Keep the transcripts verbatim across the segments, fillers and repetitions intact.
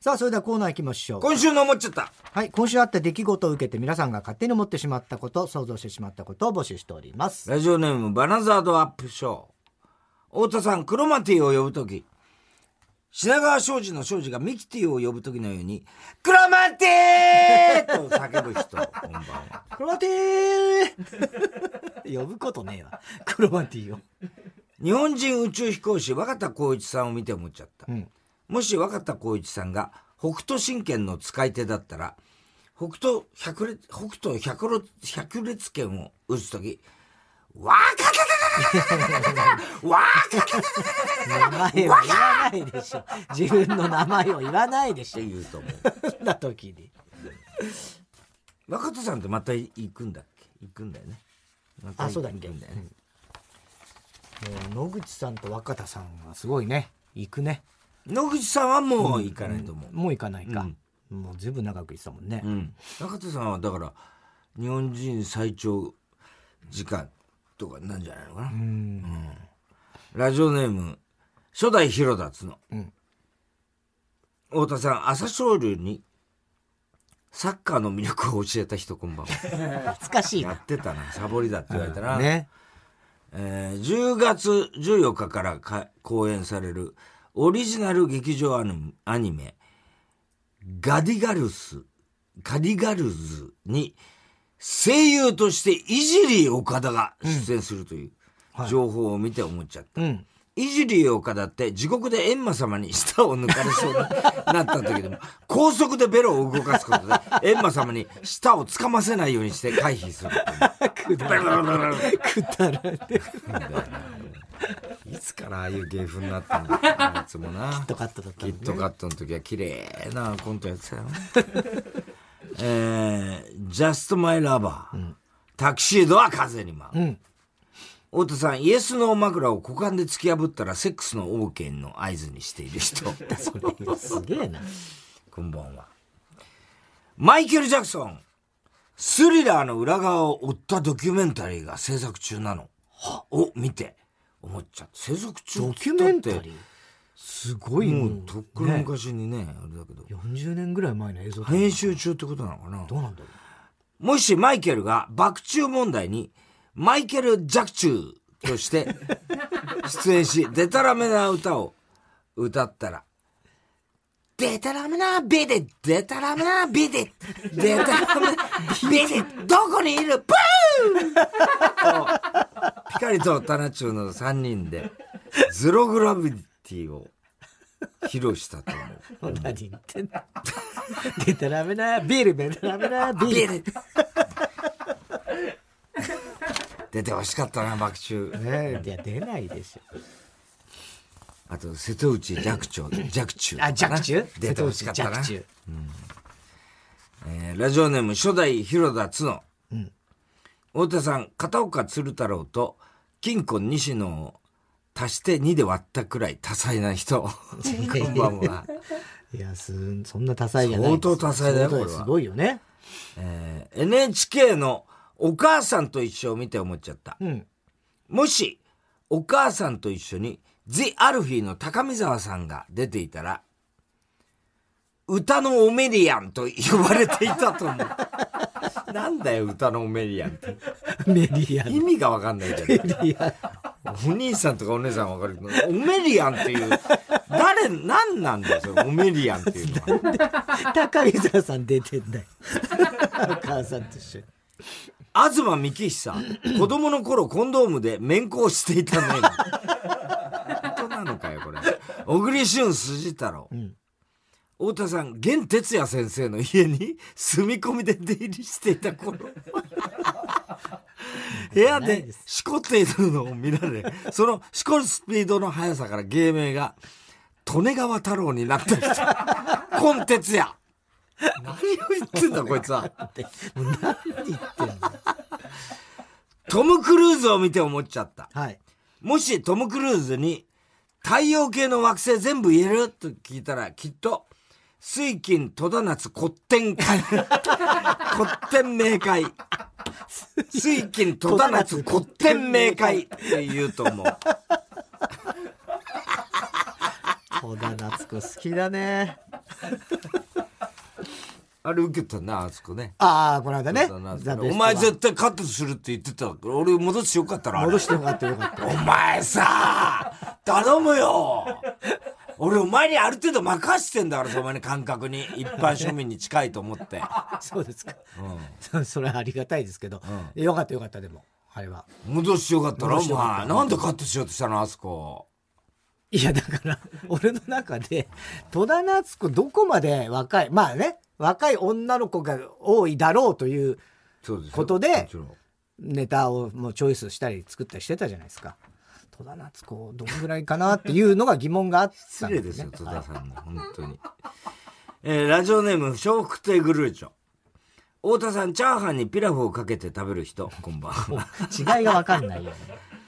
さあそれではコーナー行きましょう。 今週の思っちゃった。 はい、今週あった出来事を受けて皆さんが勝手に思ってしまったこと、想像してしまったことを募集しております。 ラジオネームバナザードアップショー。太田さん、クロマティを呼ぶとき、品川庄司の庄司がミキティを呼ぶときのようにクロマティーと叫ぶ人、こんばんは。 クロマティー呼ぶことねえわ、クロマティを。 日本人宇宙飛行士若田光一さんを見て思っちゃった、うん、もし若田光一さんが北斗神拳の使い手だったら北斗百列北斗百列百列拳を打つとき、わかかかわかか名前を言わないでしょ。自分の名前を言わないでしょ。 って言うと思う。 そんな時に。 若田さんってまた行くんだっけ？行くんだよね。またあ、そうだっけ。 行くんだよね。 もう野口さんと若田さんはすごいね。行くね。 野口さんはもう行かないと思う。 うん、もう行かないか。うん、もうずいぶん長く行ってたもんね。 うん、若田さんはだから日本人最長時間とかなんじゃないのかな。うん、うん、ラジオネーム初代広田つの、うん、太田さん、朝青龍にサッカーの魅力を教えた人、こんばんは。 懐かしいな。 やってたな、サボりだって言われたな、 ね。 えー、じゅうがつじゅうよっかからか公演されるオリジナル劇場アニアニメガディガルスガディガルズに声優としていじり岡田が出演するという情報を見て思っちゃった、うんはい、いじり岡田って地獄で閻魔様に舌を抜かれそうになった時でも高速でベロを動かすことで閻魔様に舌をつかませないようにして回避するくだらないくだらないいつからああいう芸風になったんだあいつもな。 キットカットだったもんね。キットカットの時は綺麗なコントやってたよえー、Just My Lover、うん、タキシードは風に舞う、うん、太田さん、イエスの枕を股間で突き破ったらセックスの OK の合図にしている人それすげえな。 こんばんは。マイケル・ジャクソン、スリラーの裏側を追ったドキュメンタリーが制作中なのを見て思っちゃった。制作中ドキュメンタリーすごいもうとっくの昔にね、あれだけどよんじゅうねんぐらい前の映像。 編集中ってことなのかな。 どうなんだろう。もしマイケルが爆中問題にマイケル・ジャクチューとして出演しデタラメな歌を歌ったら、デタラメなビデデタラメなビデデタラメなビデどこにいるブーピカリとタナチューのさんにんでゼログラビティを披露したと思う。 何言ってんのデタラメなビルデタラメなビル出てほしかったな爆中、 ね、いや出ないでしょ。 あと瀬戸内寂聴寂中あ寂中出てほしかったな、うんえー、ラジオネーム初代広田つの、うん、太田さん、片岡鶴太郎と金庫西野を足してにで割ったくらい多彩な人こんばんは。 いやすそんな多彩じゃない。 相当多彩だよこれは。 すごいよね、 えー、エヌエイチケー のお母さんと一緒を見て思っちゃった、うん、もしお母さんと一緒にジ・アルフィーの高見沢さんが出ていたら歌のオメリアンと呼ばれていたと思う。なんだよ歌のオメリアンってメリアン意味が分かんないけどお兄さんとかお姉さん分かるけどオメリアンっていう誰何なんだよそれオメリアンっていうのは。 高見沢さん出てんだよお母さんと一緒に。 東幹久子供の頃コンドームで面交していたのに本当なのかよこれ。小栗旬筋太郎、うん、太田さん、源哲也先生の家に住み込みで出入りしていた頃部屋でしこっているのを見られ、そのしこるスピードの速さから芸名が利根川太郎になった人今哲也。何を言ってんだこいつは。 何言ってんだ。 トム・クルーズを見て思っちゃった、 はい、もしトム・クルーズに太陽系の惑星全部言えると聞いたらきっと水金戸田夏骨天会骨天明会水金戸田夏骨天明会って言うと思う。 戸田夏子好きだね。 あれ受けたな、あそこね。 ああ、この間ね。 お前絶対カットするって言ってたから、俺戻してよかったら。 戻してよかったよかった。 お前さ、頼むよ。俺お前にある程度任してんだから、お前の感覚に。一般庶民に近いと思って。 そうですか。うん、それはありがたいですけど。うん、よかったよかった、でも。あれは。 戻してよかったら、お前。なんでカットしようとしたの、あそこ。 いや、だから、俺の中で、戸田夏子どこまで若い、まあね、若い女の子が多いだろうということで、ネタをもうチョイスしたり作ったりしてたじゃないですか。戸田夏子どのぐらいかなっていうのが疑問があったんですね。 失礼ですよ、戸田さんに。本当に。えー、ラジオネーム、笑福亭グルーチョ。太田さん、チャーハンにピラフをかけて食べる人、こんばんは。 違いがわかんないよね。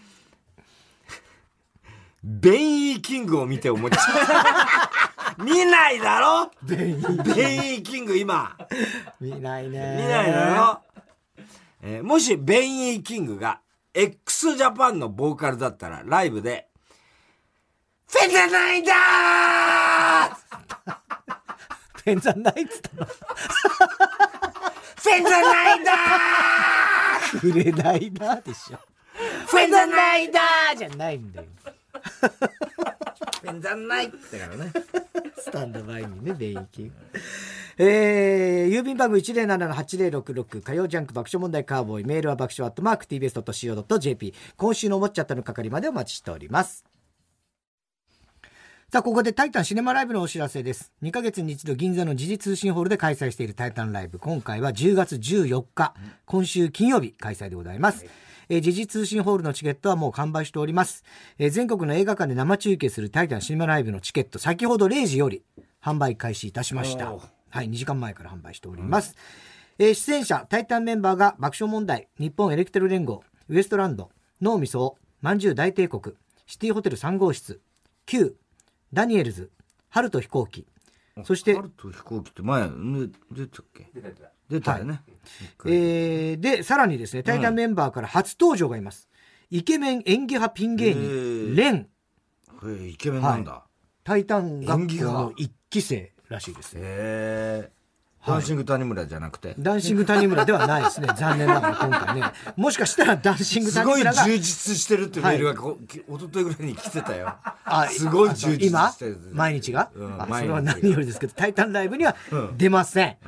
ベンイーキングを見て思っちゃう。見ないだろベンイーキング今。 見ないね。 見ないだろ、えー、もしベンイーキングが x ジャパンのボーカルだったらライブで、フェンザナイダーフェンザナイツだろ。 フェンザナイダーフレナイダーでしょ。 フェンザナイダーじゃないんだよ。 フェンザナイだからね。 スタンドバイにね、ベイキン。えー、郵便番号 いちゼロななのはちゼロろくろく 火曜ジャンク爆笑問題カーボーイ、メールは爆笑アットマーク ティービーエスドットシーオードットジェーピー、 今週の思っちゃったの係までお待ちしております。さあ、ここでタイタンシネマライブのお知らせです。にかげつに一度銀座の時事通信ホールで開催しているタイタンライブ、今回はじゅうがつじゅうよっか、今週金曜日開催でございます。えー、時事通信ホールのチケットはもう完売しております。えー、全国の映画館で生中継するタイタンシネマライブのチケット、先ほどれいじより販売開始いたしました。はい、にじかんまえから販売しております。うん、えー、出演者タイタンメンバーが爆笑問題、日本エレキテル連合、ウエストランド、脳みそ、まんじゅう大帝国、シティホテルさん号室、Q、ダニエルズ、春と飛行機、そして春と飛行機って前出たっけ？出た出た出たよね。 はい、えー、でさらにですね、タイタンメンバーから初登場がいます。うん、イケメン演技派ピン芸人レン。 えー、イケメンなんだ。はい、 タイタン学校の一期生らしいですね。 へー。ダンシング谷村じゃなくて、はい、 ダンシング谷村ではないですね。残念ながら今回ね。もしかしたらダンシング谷村がすごい充実してるってメールがこ、はい、一昨日ぐらいに来てたよ。あ、すごい充実してる。 今毎日が、うん、あ、それは何よりですけど、タイタンライブには出ません。うん、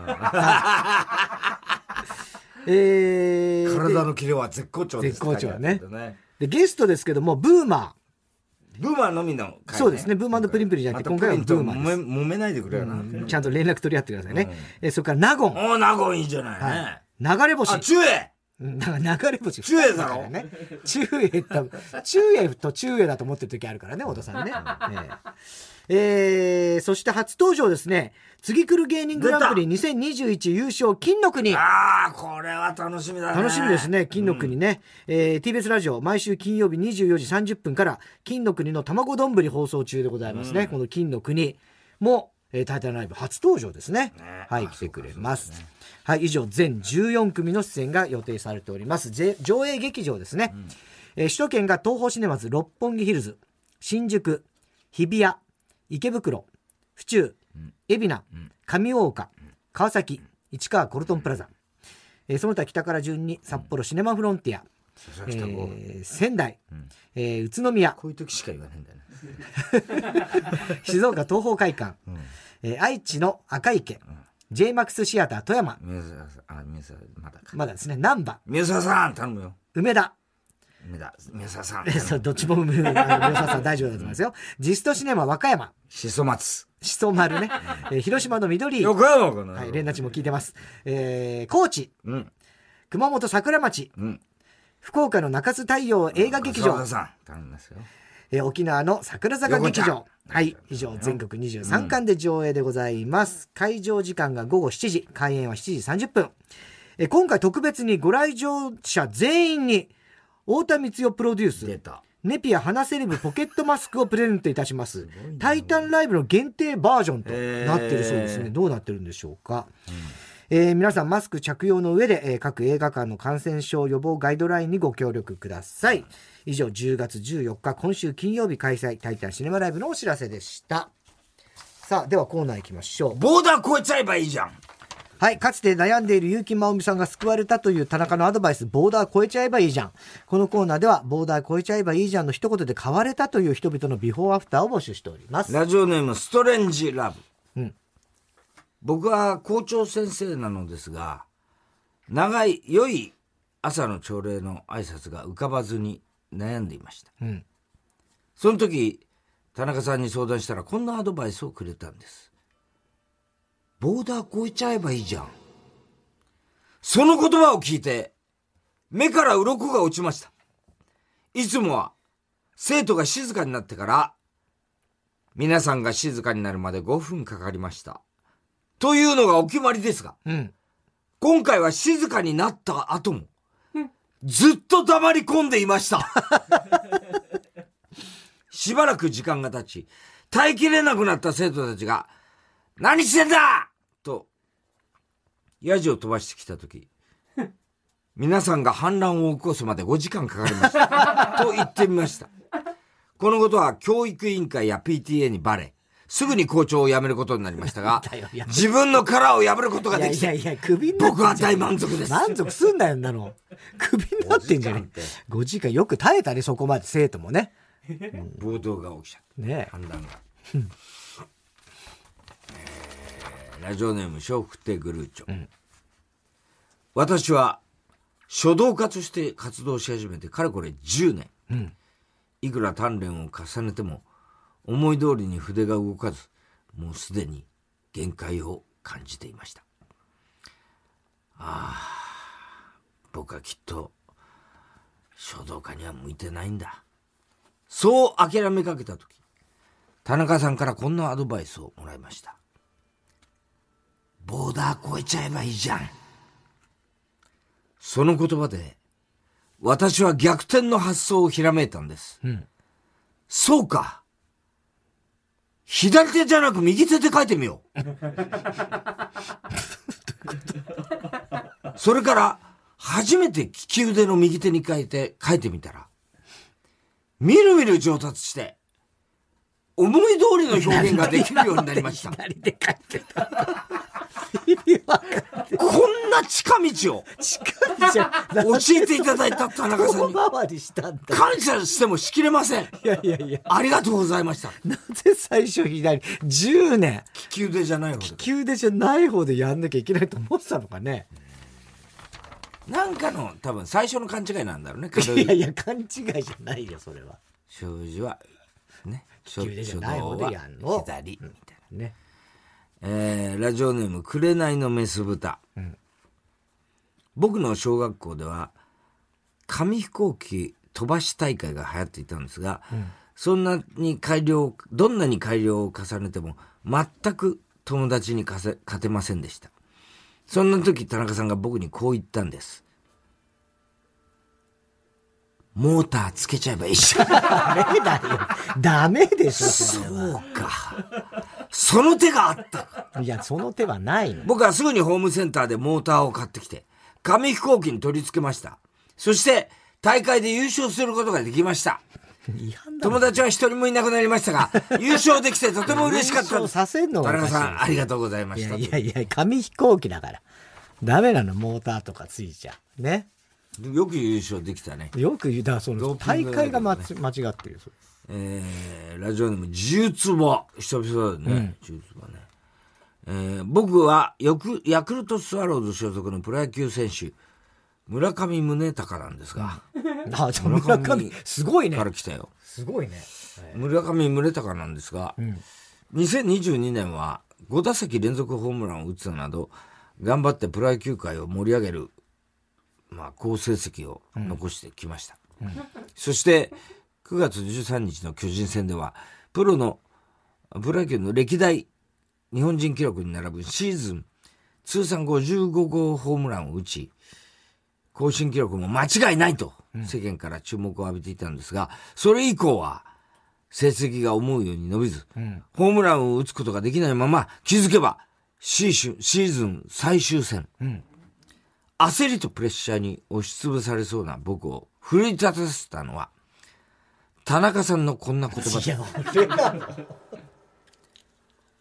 えー、体のキレは絶好調です。 絶好調はね。でゲストですけども、ブーマー。 ブーマーのみの回、ね、 そうですね。ブーマーのプリンプリンじゃなくて、今回はブーマーです。 揉めないでくれよな、うん。 ちゃんと連絡取り合ってくださいね。うん、えそれからナゴン。 おー、ナゴンいいじゃないね。 はい、流れ星。 あ、チュエなんか流れ星。 チュエだろね。チュエと、チュエとチュエだと思ってる時あるからね、小田さんね。えー、そして初登場ですね。次来る芸人グランプリにせんにじゅういち優勝金の国。 ああ、これは楽しみだね。 楽しみですね、金の国ね。うん、えー、ティービーエス ラジオ毎週金曜日にじゅうよじさんじゅっぷんから金の国の卵丼放送中でございますね。うん、この金の国も、えー、タイタンライブ初登場ですね。ね、はい、来てくれます。ね、はい、以上全じゅうよんくみの出演が予定されております。上映劇場ですね。うん、えー、首都圏が東宝シネマズ六本木ヒルズ、新宿、日比谷、池袋、府中、海老名、上大岡、川崎、市川コルトンプラザ、えー、その他北から順に札幌シネマフロンティア、うん、えー、仙台、うん、えー、宇都宮、 こういう時しか言わないんだよね。 静岡東宝会館、うん、えー、愛知の赤池、うん、ジェイマックス シアター富山、 宮沢さん、あ、宮沢まだか、 まだですね、難波、 宮沢さん頼むよ、 梅田、 梅田、宮沢さん。 そう、どっちも宮沢さん大丈夫だと思いますよ。ジストシネマ和歌山。 しそ松。 しそ丸ね。えー、広島の緑。 横山かな。 はい、連絡も聞いてます。えー、高知。うん。熊本桜町。うん。福岡の中津太陽映画劇場。 澤田さん、頼みますよ。 えー、沖縄の桜坂劇場。はい。以上、全国にじゅうさんかんで上映でございます。うん、会場時間がごごしちじ、開演はしちじさんじゅっぷん。えー、今回特別にご来場者全員に、太田光代プロデュースネピア鼻セレブポケットマスクをプレゼントいたします。タイタンライブの限定バージョンとなっているそうですね。どうなってるんでしょうか。うん、えー、皆さんマスク着用の上で、えー、各映画館の感染症予防ガイドラインにご協力ください。以上じゅうがつじゅうよっか今週金曜日開催タイタンシネマライブのお知らせでした。 さあ、ではコーナー行きましょう。 ボーダー越えちゃえばいいじゃん。 はい、かつて悩んでいる結城まおみさんが救われたという田中のアドバイス、ボーダー越えちゃえばいいじゃん。このコーナーでは、ボーダー越えちゃえばいいじゃんの一言で変われたという人々のビフォーアフターを募集しております。 ラジオネームストレンジラブ。 うん。 僕は校長先生なのですが、長い良い朝の朝礼の挨拶が浮かばずに悩んでいました。 うん。 その時、田中さんに相談したらこんなアドバイスをくれたんです。ボーダー越えちゃえばいいじゃん。その言葉を聞いて、目から鱗が落ちました。いつもは生徒が静かになってから、皆さんが静かになるまでごふんかかりました。というのがお決まりですが、 うん、 今回は静かになった後も、ずっと黙り込んでいました。しばらく時間が経ち、耐えきれなくなった生徒たちが、何してんだと、ヤジを飛ばしてきたとき、皆さんが反乱を起こすまでごじかんかかりました。と言ってみました。このことは教育委員会や ピーティーエー にバレ、すぐに校長を辞めることになりましたが、自分の殻を破ることができて、 いやいやいや、首になって僕は大満足です。 満足すんなよ、んなの。首になってんじゃねえ。ごじかんよく耐えたね、そこまで生徒もね。 暴動が起きちゃった。 ねえ。 反乱が。えー、ラジオネーム、笑福亭グルーチョ。うん、私は、書道家として活動し始めて、かれこれじゅうねん。うん、いくら鍛錬を重ねても、思い通りに筆が動かず、もうすでに限界を感じていました。ああ、僕はきっと、書道家には向いてないんだ。そう諦めかけたとき、田中さんからこんなアドバイスをもらいました。ボーダー越えちゃえばいいじゃん。その言葉で、私は逆転の発想をひらめいたんです。うん、そうか。左手じゃなく右手で書いてみよう。それから、初めて利き腕の右手に書いて、書いてみたら、みるみる上達して、思い通りの表現ができるようになりました。 左で書いてた。 こんな近道を教えていただいた田中さんに感謝してもしきれません。 いやいやいや、 ありがとうございました。 なぜ最初左じゅうねん利き腕じゃない方で利き腕じゃない方でやんなきゃいけないと思ってたのかね。 なんかの多分最初の勘違いなんだろうね。 いやいや、勘違いじゃないよそれは。 障子はね、 利き腕じゃない方でやんの左みたいなね。 えー、ラジオネーム紅のメス豚、うん、僕の小学校では紙飛行機飛ばし大会が流行っていたんですが、うん、そんなに改良どんなに改良を重ねても全く友達に勝てませんでした。そんな時田中さんが僕にこう言ったんです。モーターつけちゃえばいいじゃん。 ダメだよ。ダメでしょ。 そうか。その手があったか。 いや、その手はないの。 僕はすぐにホームセンターでモーターを買ってきて、紙飛行機に取り付けました。そして、大会で優勝することができました。友達は一人もいなくなりましたが、優勝できてとても嬉しかったです。 させんの田中さん、ありがとうございました。 いやいやいや、紙飛行機だから。ダメなの、モーターとかついちゃう。ね。 よく優勝できたね。 よく言う、だからその大会が、ね、間違ってる。 えー、ラジオネーム、ジューツボ。久々だね。うん、ジューツボね。えー、僕はよくヤクルトスワローズ所属のプロ野球選手、村上宗隆なんですが。 あ、じゃ村上、すごいね。 から来たよ。 すごいね。 村上宗隆なんですが、うん、にせんにじゅうにねんはごだせき連続ホームランを打つなど、頑張ってプロ野球界を盛り上げる、まあ、好成績を残してきました。うんうん、そして、くがつじゅうさんにちの巨人戦では、プロの、プロ野球の歴代日本人記録に並ぶシーズン通算ごじゅうごごうホームランを打ち、更新記録も間違いないと世間から注目を浴びていたんですが、それ以降は成績が思うように伸びず、うん、ホームランを打つことができないまま、気づけばシーズン最終戦、うん、焦りとプレッシャーに押しつぶされそうな僕を奮い立たせたのは、田中さんのこんな言葉で。いや、俺なの。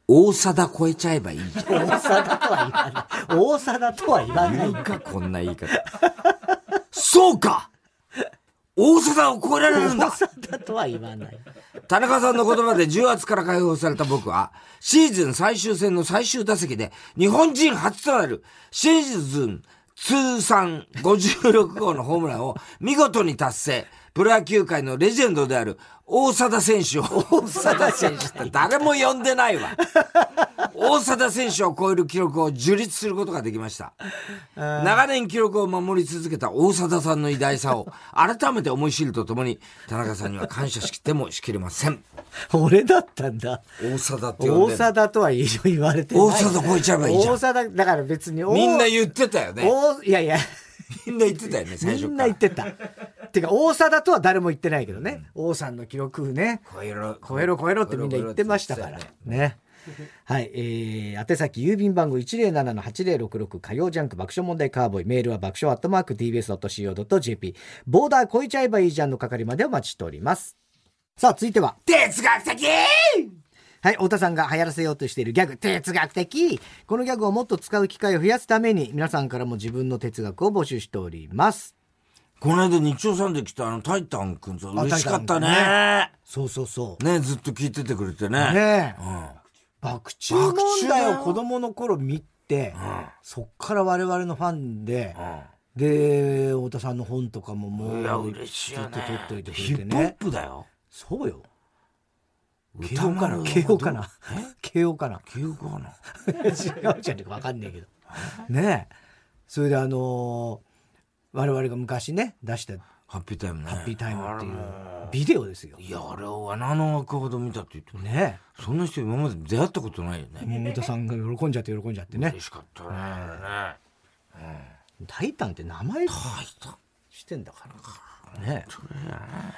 大貞超えちゃえばいいじゃん。 大貞とは言わない。大貞とは言わない。 言うか、こんな言い方。そうか大貞を超えられるんだ。 大貞とは言わない。 田中さんの言葉で重圧から解放された僕は、シーズン最終戦の最終打席で、日本人初となるシーズン通算ごじゅうろく号のホームランを見事に達成。プロ野球界のレジェンドである大貞選手を、 大貞選手って誰も呼んでないわ。大貞選手を超える記録を樹立することができました。長年記録を守り続けた大貞さんの偉大さを改めて思い知るとともに、田中さんには感謝しきってもしきれません。 俺だったんだ。 大貞って呼んで大貞とは言われてない。 大貞超えちゃえばいいじゃん。 大貞、だから別に。 みんな言ってたよね。 いやいや。 みんな言ってたよね、最初から。 みんな言ってた。てか、大貞とは誰も言ってないけどね。うん、王さんの記録ね。 超えろ。 超えろ超えろってみんな言ってましたから。ね。はい。えー、宛先郵便番号 いちまるななのはちぜろろくろく 火曜ジャンク爆笑問題カーボーイ。メールは爆笑アットマーク ティービーエスドットシーオードットジェーピー。ボーダー超えちゃえばいいじゃんの係までお待ちしております。さあ、続いては。 哲学的はい、太田さんが流行らせようとしているギャグ、哲学的。このギャグをもっと使う機会を増やすために、皆さんからも自分の哲学を募集しております。 この間日曜さんで来たあのタイタンくんさ、嬉しかったね。ねそうそうそう。 ね、ずっと聞いててくれてね。 ねえ。うん、爆注問題を子供の頃見て、うん、そっから我々のファンで、うん、で、太田さんの本とかももう、 いや、嬉しいよね。 ずっと撮っといてくれてね。 ヒップホップだよ。 そうよ。慶応かな慶応かな慶応かな慶応かな違うじゃんってわかんねえけど。ねえ。それであのー、我々が昔ね、出したハッピータイムね。 ハッピータイムっていうビデオですよ。 いや、あれを穴の枠ほど見たって言ってる。 ねえ。 そんな人今まで出会ったことないよね。 桃田さんが喜んじゃって喜んじゃってね。 嬉しかったね。ねうん、タイタンって名前タイタンしてんだからね。 それやね。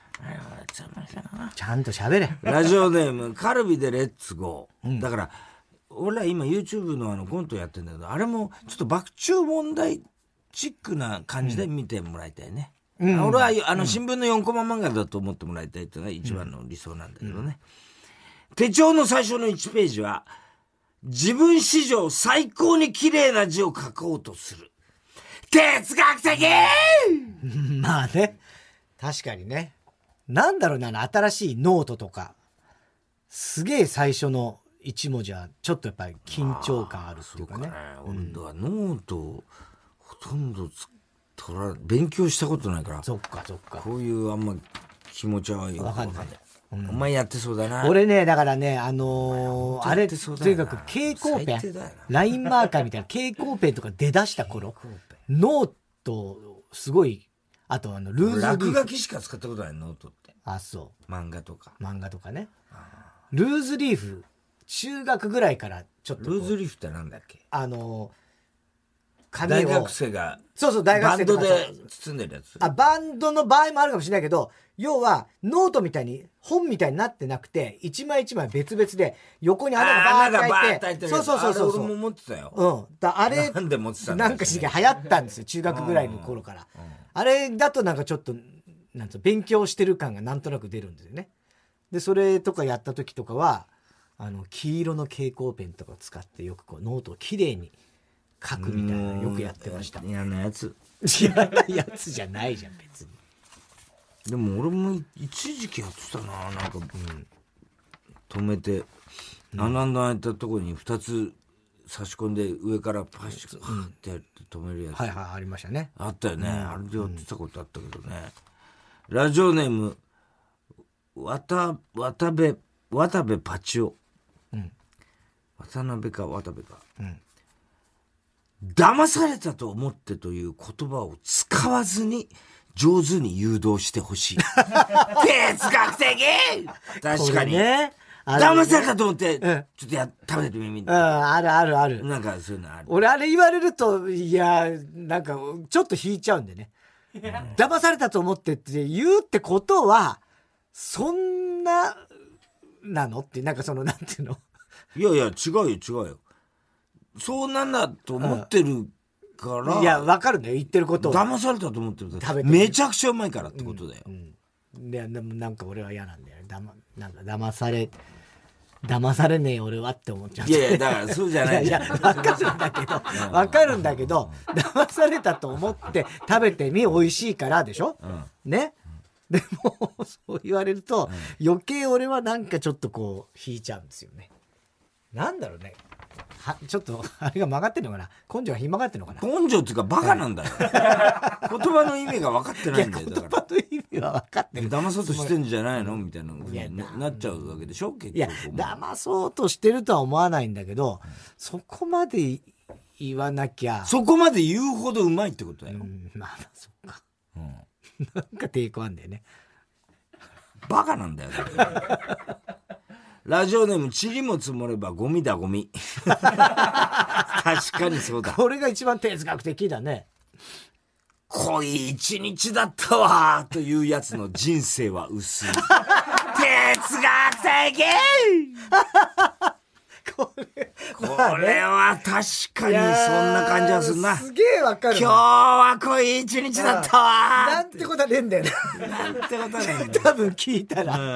ちゃんと喋れ。 ラジオネームカルビでレッツゴー、うん、だから俺ら今 YouTube のあのコントやってんだけど、あれもちょっと爆注問題チックな感じで見てもらいたいね、うん、俺はあの新聞のよんコマ漫画だと思ってもらいたいっていうのが一番の理想なんだけどね、うん、手帳の最初のいちページは自分史上最高に綺麗な字を書こうとする哲学的まあね、確かにね。なんだろうな、新しいノートとかすげえ最初の一文字はちょっとやっぱり緊張感あるっていうかね。 俺はノートをほとんど取ら勉強したことないから。 そっかそっか。 こういうあんま気持ちはよく分かんない。うん、お前やってそうだな。 俺ね、だからね、あのー、あれとにかく蛍光ペン、ラインマーカーみたいな蛍光ペンとか出だした頃、ノートすごい。あとあのルーズリーフ、 落書きしか使ったことないノートって。 あ、そう漫画とか漫画とかね。ルーズリーフ中学ぐらいからちょっとルーズリーフってなんだっけ。 あの紙を大学生がそうそう大学生バンドで包んでるやつ。 あ、バンドの場合もあるかもしれないけど、要はノートみたいに本みたいになってなくて一枚一枚別々で横に穴がバーって開いて、そうそうそうそうそう。 俺も持ってたよ。 うん。だあれなんで持ってたんだ。 なんかしげ流行ったんですよ中学ぐらいの頃から。あれだとなんかちょっとなんつう勉強してる感がなんとなく出るんですよね。でそれとかやった時とかはあの黄色の蛍光ペンとか使ってよくこうノートをきれいに書くみたいなのよくやってました。 嫌なやつ。 嫌なやつじゃないじゃん別に。 でも俺も一時期やってたな。なんか、うん、止めて、うん、穴の開いたところにふたつ差し込んで上からパシッとってやって止めるやつ、 はいはいありましたね。 あったよね、うん、あれでやってたことあったけどね、うん、ラジオネーム渡渡部渡部パチオ、うん、渡辺か渡部か、うん、騙されたと思ってという言葉を使わずに上手に誘導してほしい哲学的。確かにね、騙されたと思って、うん、ちょっとや食べてみみたいな、 うん、あるあるある。 なんかそういうのある。 俺あれ言われるといやなんかちょっと引いちゃうんでね、うん、騙されたと思ってって言うってことはそんななのってなんかそのなんていうのいやいや違うよ違うよそうなんだと思ってるから、うん、 いや分かるんだよ言ってることを。 騙されたと思ってるからめちゃくちゃうまいからってことだよ、 うんうん、で, でもなんか俺は嫌なんだよ。だ、ま、なんか騙され騙されねえ俺はって思っちゃう。 いやいや、だからそうじゃない。 いやいや、わかるんだけど、わかるんだけど、騙されたと思って食べてみ、美味しいからでしょ、うん、ね。でも、そう言われると、うん、余計俺はなんかちょっとこう、引いちゃうんですよね。なんだろうね。はちょっと、あれが曲がってんのかな、根性がひん曲がってんのかな。 根性っていうかバカなんだよ。言葉の意味が分かってないんだよ。 言葉の意味は分かってる。 騙そうとしてんじゃないのみたいな風になっちゃうわけでしょ結局。 いや、騙そうとしてるとは思わないんだけど、うん、そこまで言わなきゃ。 そこまで言うほどうまいってことだよ。うん、 まあ、そっか。うん、なんか抵抗あんだよね。 バカなんだよ。ラジオネーム、塵も積もればゴミだゴミ。確かにそうだ。 これが一番哲学的だね。 濃い一日だったわというやつの人生は薄い。哲学的これ、これは確かにそんな感じはするな。 すげえわかる。 今日は濃い一日だったわなんてことはねえんだよね。 なんてことはねえんだよ。 多分聞いたら、うん、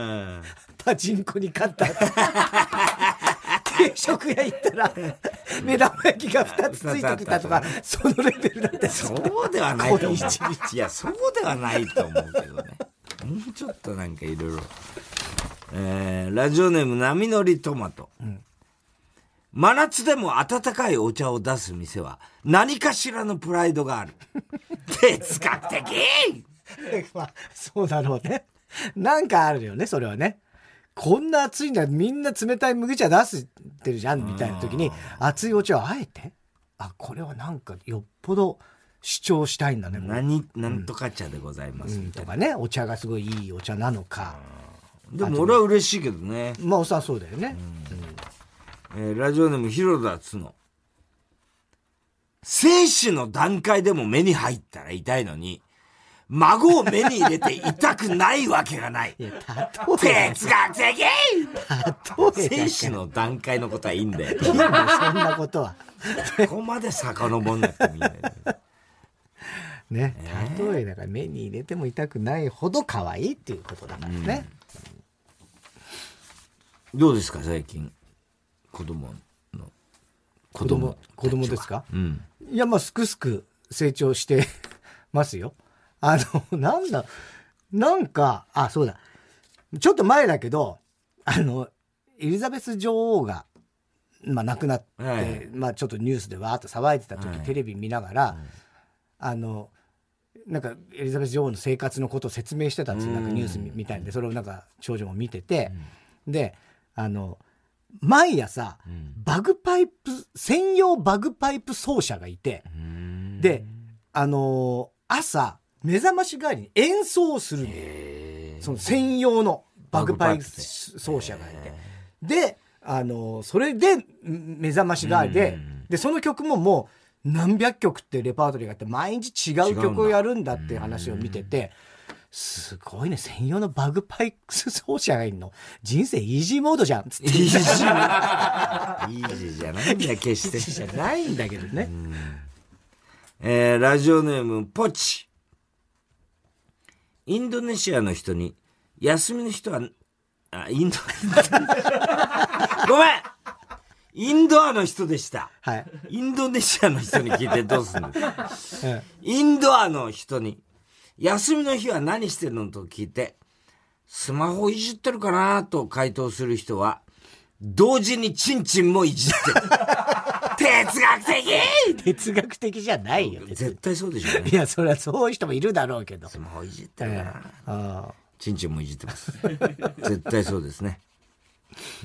パチンコに勝った定食屋行ったら目玉焼きがふたつついてきたとか、そのレベルだった。 そうではないと思う。いや、そうではないと思うけどね。もうちょっとなんかいろいろ。えー、ラジオネーム波乗りトマト、うん、真夏でも温かいお茶を出す店は何かしらのプライドがある。哲学的まあ、そうだろうね。なんかあるよね、それはね。こんな暑いんだ、みんな冷たい麦茶出してるじゃんみたいな時に、熱いお茶をあえて、あ、これはなんかよっぽど主張したいんだね。 何、なんとか茶でございます、 うん、とかね、お茶がすごいいいお茶なのか。 でも俺は嬉しいけどね。 まあおさんそうだよね。 うんうん、えー、ラジオネーム広田つの。生死の段階でも目に入ったら痛いのに、孫を目に入れて痛くないわけがない。いや、例え哲学的例え生死の段階のことはいいんだよ。 いいんだよ、そんなことは。 ここまで遡んなくてもいいんだよ。 ね、例えだから目に入れても痛くないほど可愛いっていうことだからね。 うん、どうですか最近子供の子供子供ですか？ うん、 いや、まあすくすく成長してますよ。あのなんだなんかあそうだちょっと前だけど、あのエリザベス女王がまあ亡くなって、はい、まあちょっとニュースでわーっと騒いでた時、はい、テレビ見ながら、はい、あのなんかエリザベス女王の生活のことを説明してたんですよ。なんかニュースみたいで、それをなんか長女も見てて、うん、であの毎朝、うん、バグパイプ専用バグパイプ奏者がいて、であの朝目覚まし代わりに演奏をするの。その専用のバグパイプ奏者がいて、であのそれで目覚まし代わりで、でその曲ももう何百曲ってレパートリーがあって毎日違う曲をやるんだっていう話を見てて、すごいね、専用のバグパイプ奏者がいるの、人生イージーモードじゃんつって。イージーイージーじゃないんだ決して。 イージーじゃないんだけどね。 えー、ラジオネームポチ。インドネシアの人に休みの人はあインドごめんインドアの人でした、はい、インドネシアの人に聞いてどうするんですか、はい、インドアの人に休みの日は何してるのと聞いてスマホいじってるかなと回答する人は同時にチンチンもいじってる。哲学的哲学的じゃないよ。 絶対そうでしょうね。 いや、それはそういう人もいるだろうけど。 スマホいじってるかな、えー、あチンチンもいじってます。絶対そうですね。うん。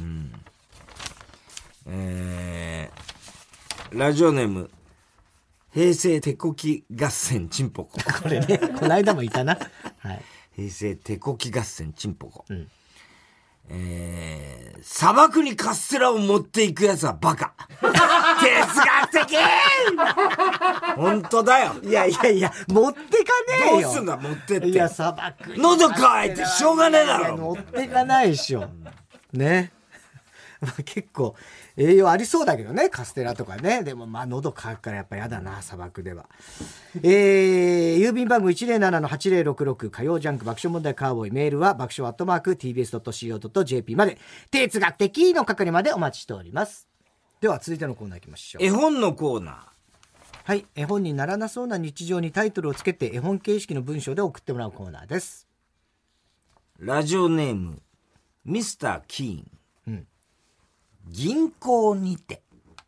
えー、ラジオネーム平成手こき合戦チンポコ。 これね、この間もいたな。はい。 平成手こき合戦チンポコ。うん。えー、砂漠にカステラを持っていくやつはバカ。哲学的本当だよ。 いやいやいや、持ってかねえよ。 どうすんだ、持ってって。 いや、砂漠に。 喉乾いてしょうがねえだろ。 持ってかないでしょ。ね。 まあ結構栄養ありそうだけどね、カステラとかね。でもまあ喉乾くからやっぱやだな、砂漠では。えー、郵便番号 いちまるななのはちぜろろくろく 火曜ジャンク爆笑問題カーボーイ、メールは爆笑アットマーク ティービーエスドットシーオードットジェーピー まで、哲学的の係までお待ちしております。では続いてのコーナー行きましょう。 絵本のコーナー。 はい、絵本にならなそうな日常にタイトルをつけて絵本形式の文章で送ってもらうコーナーです。 ラジオネームミスター・キーン、 うん、 銀行にて。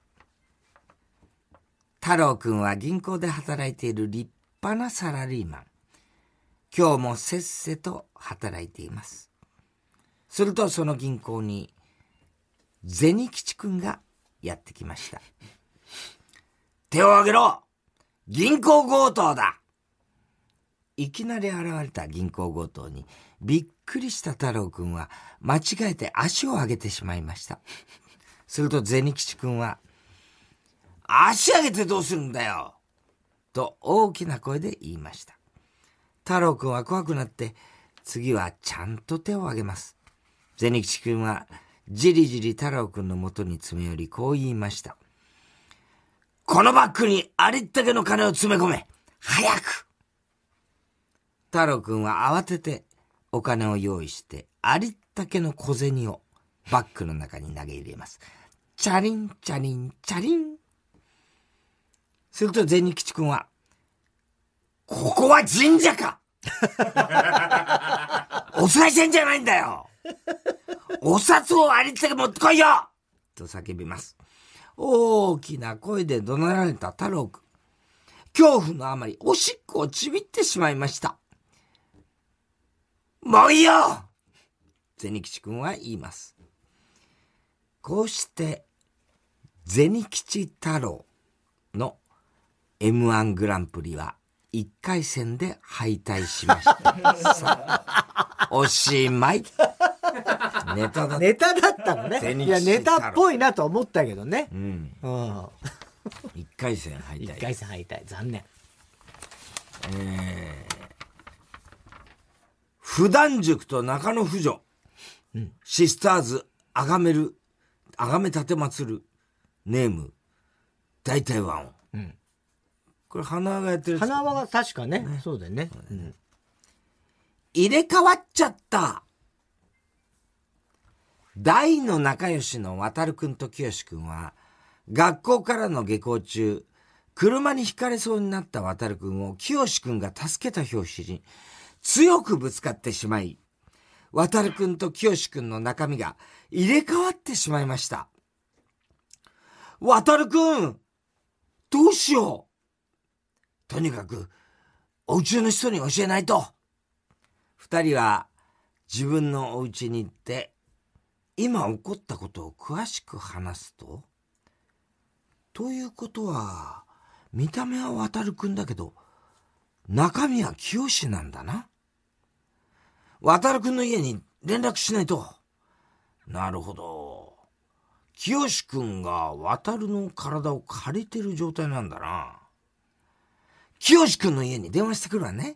太郎くんは銀行で働いている立派なサラリーマン。今日もせっせと働いています。するとその銀行に銭吉くんがやってきました。手を挙げろ、銀行強盗だ。いきなり現れた銀行強盗にびっくりした太郎くんは間違えて足を上げてしまいました。すると銭吉くんは、足上げてどうするんだよと大きな声で言いました。太郎くんは怖くなって次はちゃんと手を挙げます。銭吉くんはじりじり太郎くんの元に詰め寄りこう言いました。このバッグにありったけの金を詰め込め、早く。太郎くんは慌ててお金を用意してありったけの小銭をバッグの中に投げ入れます。チャリンチャリンチャリン。すると銭吉くんは、ここは神社かお賽銭じゃないんだよ、お札をありったけ持ってこいよと叫びます。大きな声で怒鳴られた太郎くん、恐怖のあまりおしっこをちびってしまいました。もういいよ、銭吉くんは言います。こうして銭吉太郎の エムワン グランプリはいっかい戦で敗退しました。さあ、おしまい。ネタだった。 ネタだったのね。いや、ネタっぽいなと思ったけどね。 うん。うん。いっかい戦敗退。 いっかい戦敗退。残念。 えー、普段塾と中野婦女。うん、シスターズ、あがめる、あがめ立てまつる、ネーム、大体ワン。うん。これ、花輪がやってるやつ。 花輪が確かね。ね、そうだよね。うん。 入れ替わっちゃった。大の仲良しの渡くんと清くんは、学校からの下校中、車にひかれそうになった渡くんを清くんが助けた拍子に、強くぶつかってしまい、渡くんと清くんの中身が入れ替わってしまいました。渡くん、どうしよう。とにかく、お家の人に教えないと。二人は自分のお家に行って、今起こったことを詳しく話すと、ということは、見た目は渡くんだけど、中身は清なんだな。渡くんの家に連絡しないと。なるほど。清くんが渡の体を借りてる状態なんだな。清くんの家に電話してくるわね。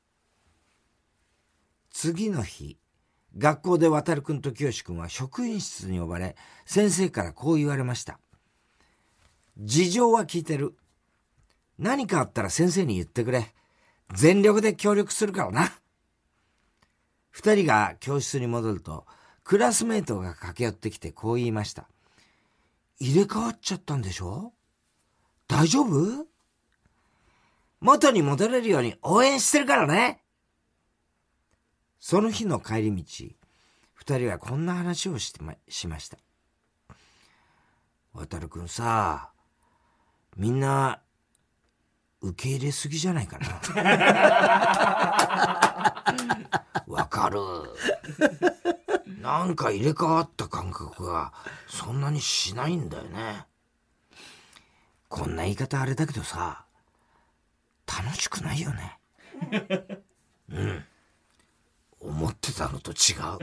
次の日、学校で渡くんと清くんは職員室に呼ばれ、先生からこう言われました。事情は聞いてる。何かあったら先生に言ってくれ。全力で協力するからな。二人が教室に戻ると、クラスメートが駆け寄ってきてこう言いました。入れ替わっちゃったんでしょ？大丈夫？元に戻れるように応援してるからね。その日の帰り道、二人はこんな話をしてま、しました。渡くんさ、みんな受け入れすぎじゃないかな。わかる。なんか入れ替わった感覚がそんなにしないんだよね。こんな言い方あれだけどさ、楽しくないよね。うん。思ってたのと違う。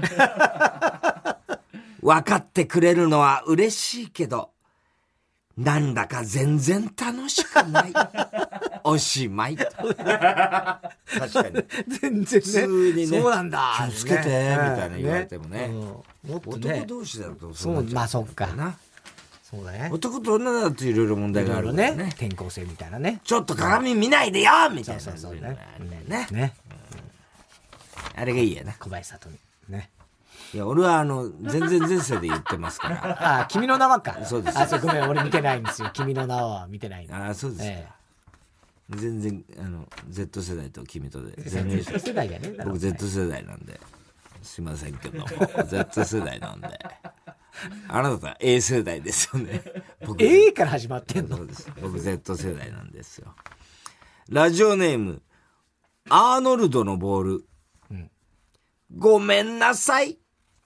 分かってくれるのは嬉しいけど、なんだか全然楽しくない。 おしまい。確かに。 全然ね。普通にね。 そうなんだ。 気をつけて、みたいな言われてもね。 ねうん、もっとね男同士だとそう、まあそっか。 な。 そうだね。 男と女だといろいろ問題があるからね。 ね転校生みたいなね。 ちょっと鏡見ないでよみたいな。 そうそうそうね。 ね。 ね。 あれがいいやな。 小林聡美。ね。 いや、俺はあの、全然前世で言ってますから。 あ、君の名はか。 そうです。 あ、そう、ごめん、俺見てないんですよ。君の名は見てない。 あ、そうです。ええ、全然、あの、Z 世代と君とで。 Z 世代だね。 僕 Z 世代なんで。すいませんけども。Z 世代なんで。あなたは A 世代ですよね。 僕 A から始まってんの？ そうです。僕 Z 世代なんですよ。ラジオネーム、アーノルドのボール。うん、ごめんなさい。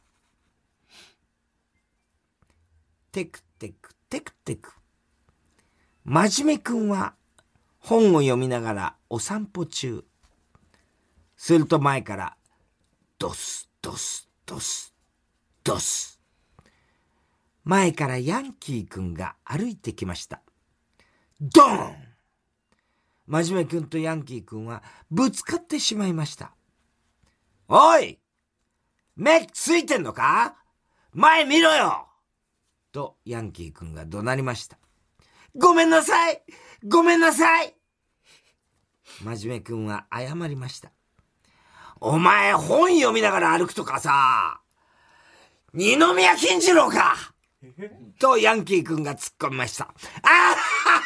テクテクテクテク。まじめくんは本を読みながらお散歩中。すると前からドスドスドスドス。前からヤンキーくんが歩いてきました。ドーン。まじめくんとヤンキーくんはぶつかってしまいました。おい、目ついてんのか？前見ろよとヤンキーくんが怒鳴りました。ごめんなさいごめんなさい。まじめくんは謝りました。お前本読みながら歩くとかさ、二宮金次郎かとヤンキーくんが突っ込みました。ああ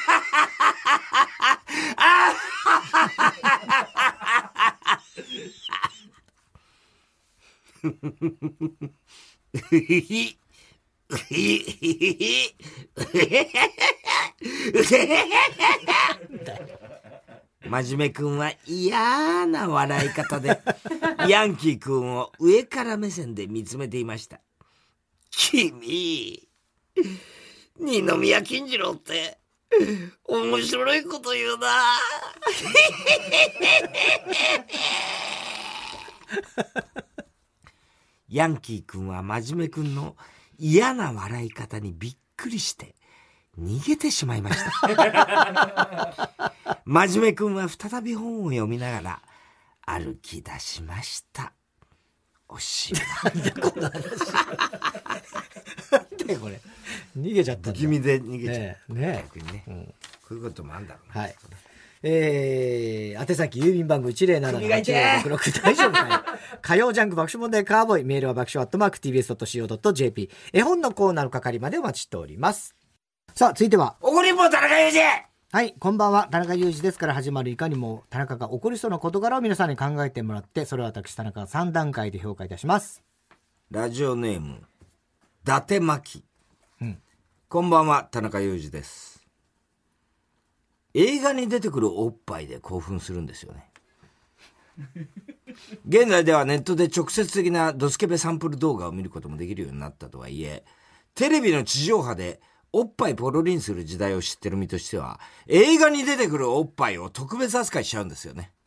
あまじめくんは嫌な笑い方でヤンキーくんを上から目線で見つめていました。君、二宮金次郎って面白いこと言うな。ヤンキーくんはまじめくんの嫌な笑い方にびっくりして逃げてしまいました。まじめくんは再び本を読みながら歩き出しました。おしまい。なんだこの話。 なんだよこれ。逃げちゃったんだ。 不気味で逃げちゃった。 ねえ。ね逆にね、うん。こういうこともあるんだろうね。 はい。えー、宛先郵便番号 いちゼロななはちゼロろくろく 大丈夫かい。火曜ジャンク爆笑問題カーボーイ。メールは爆笑アットマーク ティービーエスドットシーオードットジェーピー。絵本のコーナーの係までお待ちしております。さあ、続いては。 怒りんぼ田中裕二。 はい、こんばんは。田中裕二ですから始まるいかにも田中が起こりそうな事柄を皆さんに考えてもらって、それを私田中がさん段階で評価いたします。 ラジオネーム、伊達巻。 うん。 こんばんは、田中裕二です。映画に出てくるおっぱいで興奮するんですよね。現在ではネットで直接的なドスケベサンプル動画を見ることもできるようになったとはいえ、テレビの地上波でおっぱいポロリンする時代を知ってる身としては、映画に出てくるおっぱいを特別扱いしちゃうんですよね。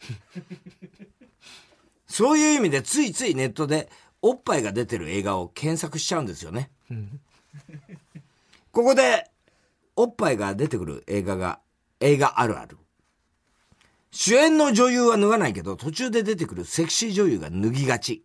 そういう意味でついついネットでおっぱいが出てる映画を検索しちゃうんですよね。ここでおっぱいが出てくる映画が映画あるある。主演の女優は脱がないけど途中で出てくるセクシー女優が脱ぎがち。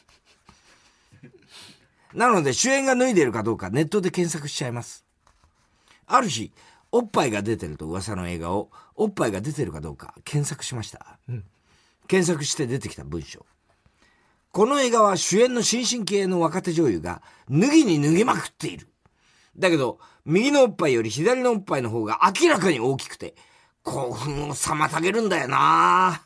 なので主演が脱いでいるかどうかネットで検索しちゃいます。ある日おっぱいが出てると噂の映画をおっぱいが出てるかどうか検索しました、うん、検索して出てきた文章。この映画は主演の新進気鋭の若手女優が脱ぎに脱ぎまくっている。だけど右のおっぱいより左のおっぱいの方が明らかに大きくて興奮を妨げるんだよな。は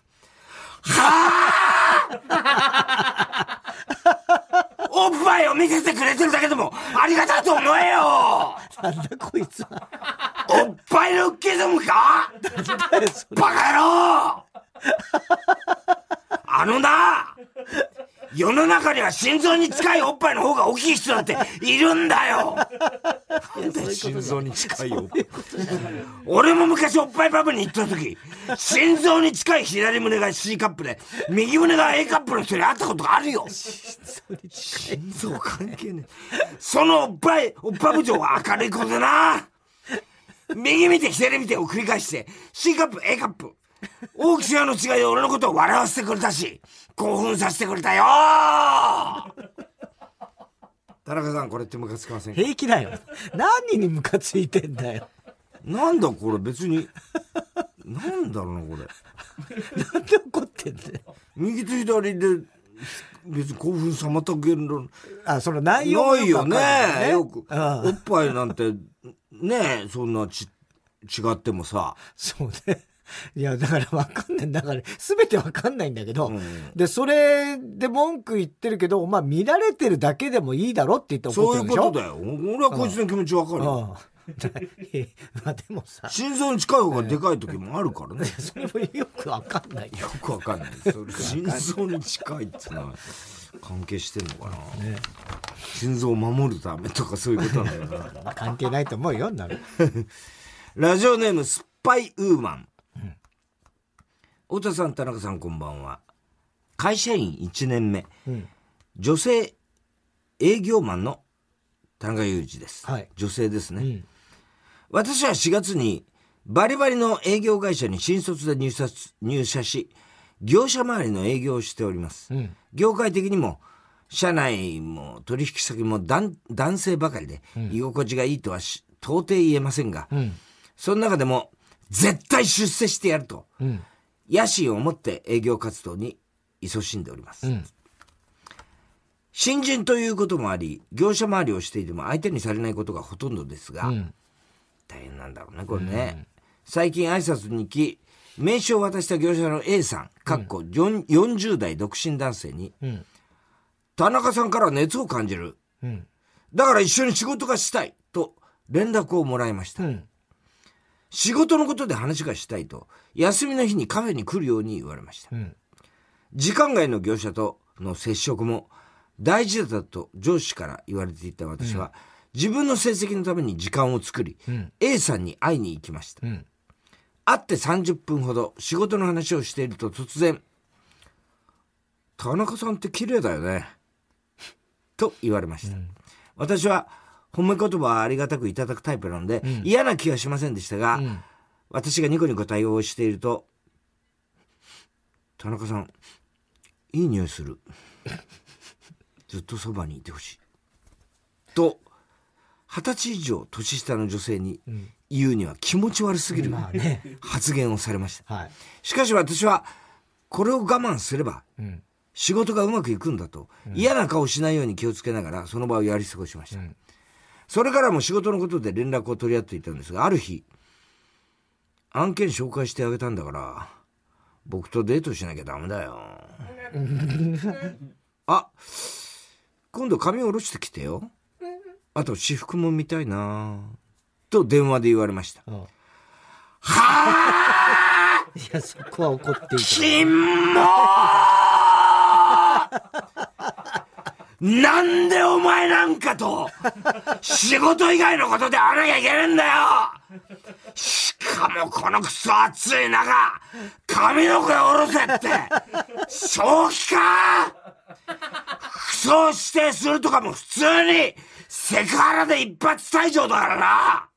あおっぱいを見せてくれてるだけでもありがたいと思えよ。 なんだこいつは。 おっぱいルッキズムか。バカ野郎。あのな、世の中には心臓に近いおっぱいの方が大きい人だっているんだよ。なんで心臓に近いおっぱい。俺も昔おっぱいパブに行った時、心臓に近い左胸が C カップで右胸が A カップの人に会ったことがあるよ。心臓関係ねえ。そのおっぱいおっぱ部長は明るい子でな。 右見て左見てを繰り返して C カップ A カップ大きさの違いで俺のことを笑わせてくれたし興奮させてくれたよ田中さんこれってムカつきませんか？ 平気だよ。何にムカついてんだよ。 なんだこれ別になんだろうなこれなんで怒ってんだよ。 右と左で別に興奮妨げるのあ、その内容ないよね。よく、 うん、 おっぱいなんてねそんなち違ってもさ。 そうね。いやだから分かんないんだから全て分かんないんだけど、うん、でそれで文句言ってるけど、まあ見られてるだけでもいいだろって言って怒ってるんでしょ。 そういうことだよ。俺はこいつの気持ち分かるよ。うんうんまあでもさ心臓に近い方がでかい時もあるからね。 それもよくわかんないよくわかんない。それ心臓に近いってのは関係してんのかな、ね、心臓を守るためとかそういうことなんだよな関係ないと思うよなるラジオネームスパイウーマン、うん、太田さん田中さんこんばんは。会社員いちねんめ、うん、女性営業マンの田中裕二です、はい、女性ですね、うん、私はしがつにバリバリの営業会社に新卒で入社、入社し業者周りの営業をしております、うん、業界的にも社内も取引先も男性ばかりで、うん、居心地がいいとは到底言えませんが、うん、その中でも絶対出世してやると、うん、野心を持って営業活動に勤しんでおります、うん、新人ということもあり業者回りをしていても相手にされないことがほとんどですが、うん、大変なんだろうねこれね、うん、最近挨拶に来名刺を渡した業者の A さんかっこよんじゅう代独身男性に、うん、田中さんから熱を感じる、うん、だから一緒に仕事がしたいと連絡をもらいました、うん、仕事のことで話がしたいと休みの日にカフェに来るように言われました、うん、時間外の業者との接触も大事だと上司から言われていた私は、うん、自分の成績のために時間を作り、うん、A さんに会いに行きました、うん、会ってさんじゅっぷんほど仕事の話をしていると突然田中さんって綺麗だよねと言われました、うん、私は褒め言葉はありがたくいただくタイプなので、うん、嫌な気はしませんでしたが、うん、私がニコニコ対応していると田中さんいい匂いするずっとそばにいてほしいとはたち以上年下の女性に言うには気持ち悪すぎる発言をされました、はい、しかし私はこれを我慢すれば仕事がうまくいくんだと嫌な顔しないように気をつけながらその場をやり過ごしました、うん、それからも仕事のことで連絡を取り合っていたんですがある日案件紹介してあげたんだから僕とデートしなきゃダメだよあ今度髪下ろしてきてよあと私服も見たいなと電話で言われました、うん、はあいやそこは怒っていたキモーなんでお前なんかと仕事以外のことで会わなきゃいけないんだよしかもこのクソ暑い中髪の毛下ろせって正気か服装指定するとかも普通にセクハラで一発退場だからな。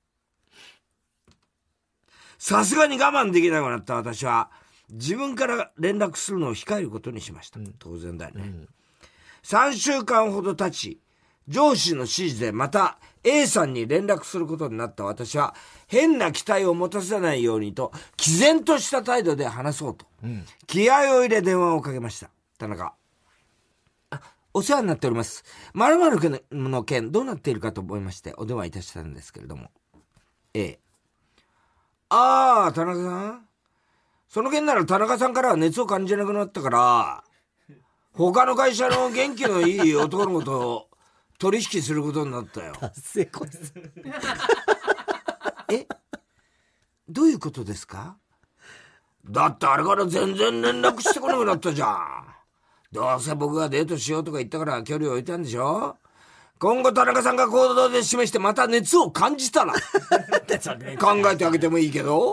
さすがに我慢できなくなった私は自分から連絡するのを控えることにしました、うん、当然だよね、うん、さんしゅうかんほど経ち上司の指示でまた A さんに連絡することになった私は変な期待を持たせないようにと毅然とした態度で話そうと、うん、気合を入れ電話をかけました。田中お世話になっております。〇〇の件どうなっているかと思いましてお電話いたしたんですけれども A ああ田中さんその件なら田中さんからは熱を感じなくなったから他の会社の元気のいい男の子と取引することになったよえどういうことですか？だってあれから全然連絡してこなくなったじゃん。どうせ僕がデートしようとか言ったから距離を置いたんでしょ。今後田中さんが行動で示してまた熱を感じたら考えてあげてもいいけど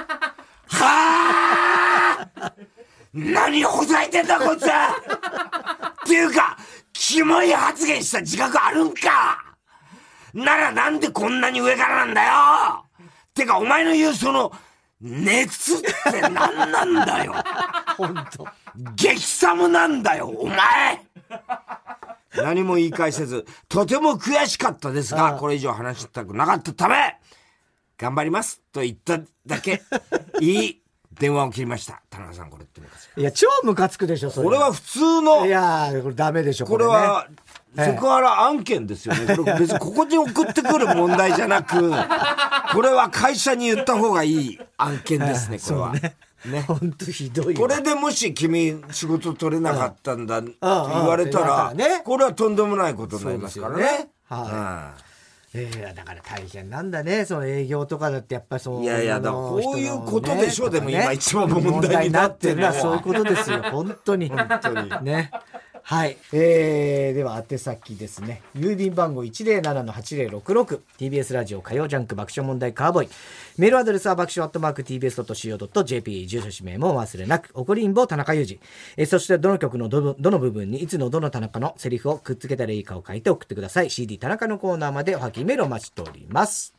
はあ何ほざいてんだこいつっていうかキモい発言した自覚あるんかならなんでこんなに上からなんだよ。 てか、お前の言うその、熱って何なんだよ。 本当。 激寒なんだよ、お前何も言い返せず、とても悔しかったですが、これ以上話したくなかったため、頑張りますと言っただけ、いい電話を切りました。田中さん、これってムカつく。 いや、超ムカつくでしょ、それ。 これは普通の。 いやー、これダメでしょ、 これは、セクハラ案件ですよね。これ別にここに送ってくる問題じゃなく、これは会社に言った方がいい案件ですね、これは。 ね。本当ひどい。 これでもし君仕事取れなかったんだって言われたら、これはとんでもないことになりますからね。 はい。えー、だから大変なんだね、その営業とかだってやっぱりそう。 いやいや、だからこういうことでしょ、でも今一番問題になってるのは。 そういうことですよ、本当に。 本当に。 ね。はい。えー、では宛先ですね。郵便番号 いちゼロななのはちゼロろくろく ティービーエス ラジオ火曜ジャンク爆笑問題カーボーイ。メールアドレスは爆笑アットマーク ティービーエスドットシーオードットジェーピー。住所氏名もお忘れなく。怒りんぼ田中裕二。えー、そしてどの曲のどのどの部分にいつのどの田中のセリフをくっつけたらいいかを書いて送ってください。シーディー 田中のコーナーまでおはきメールをお待ちしております。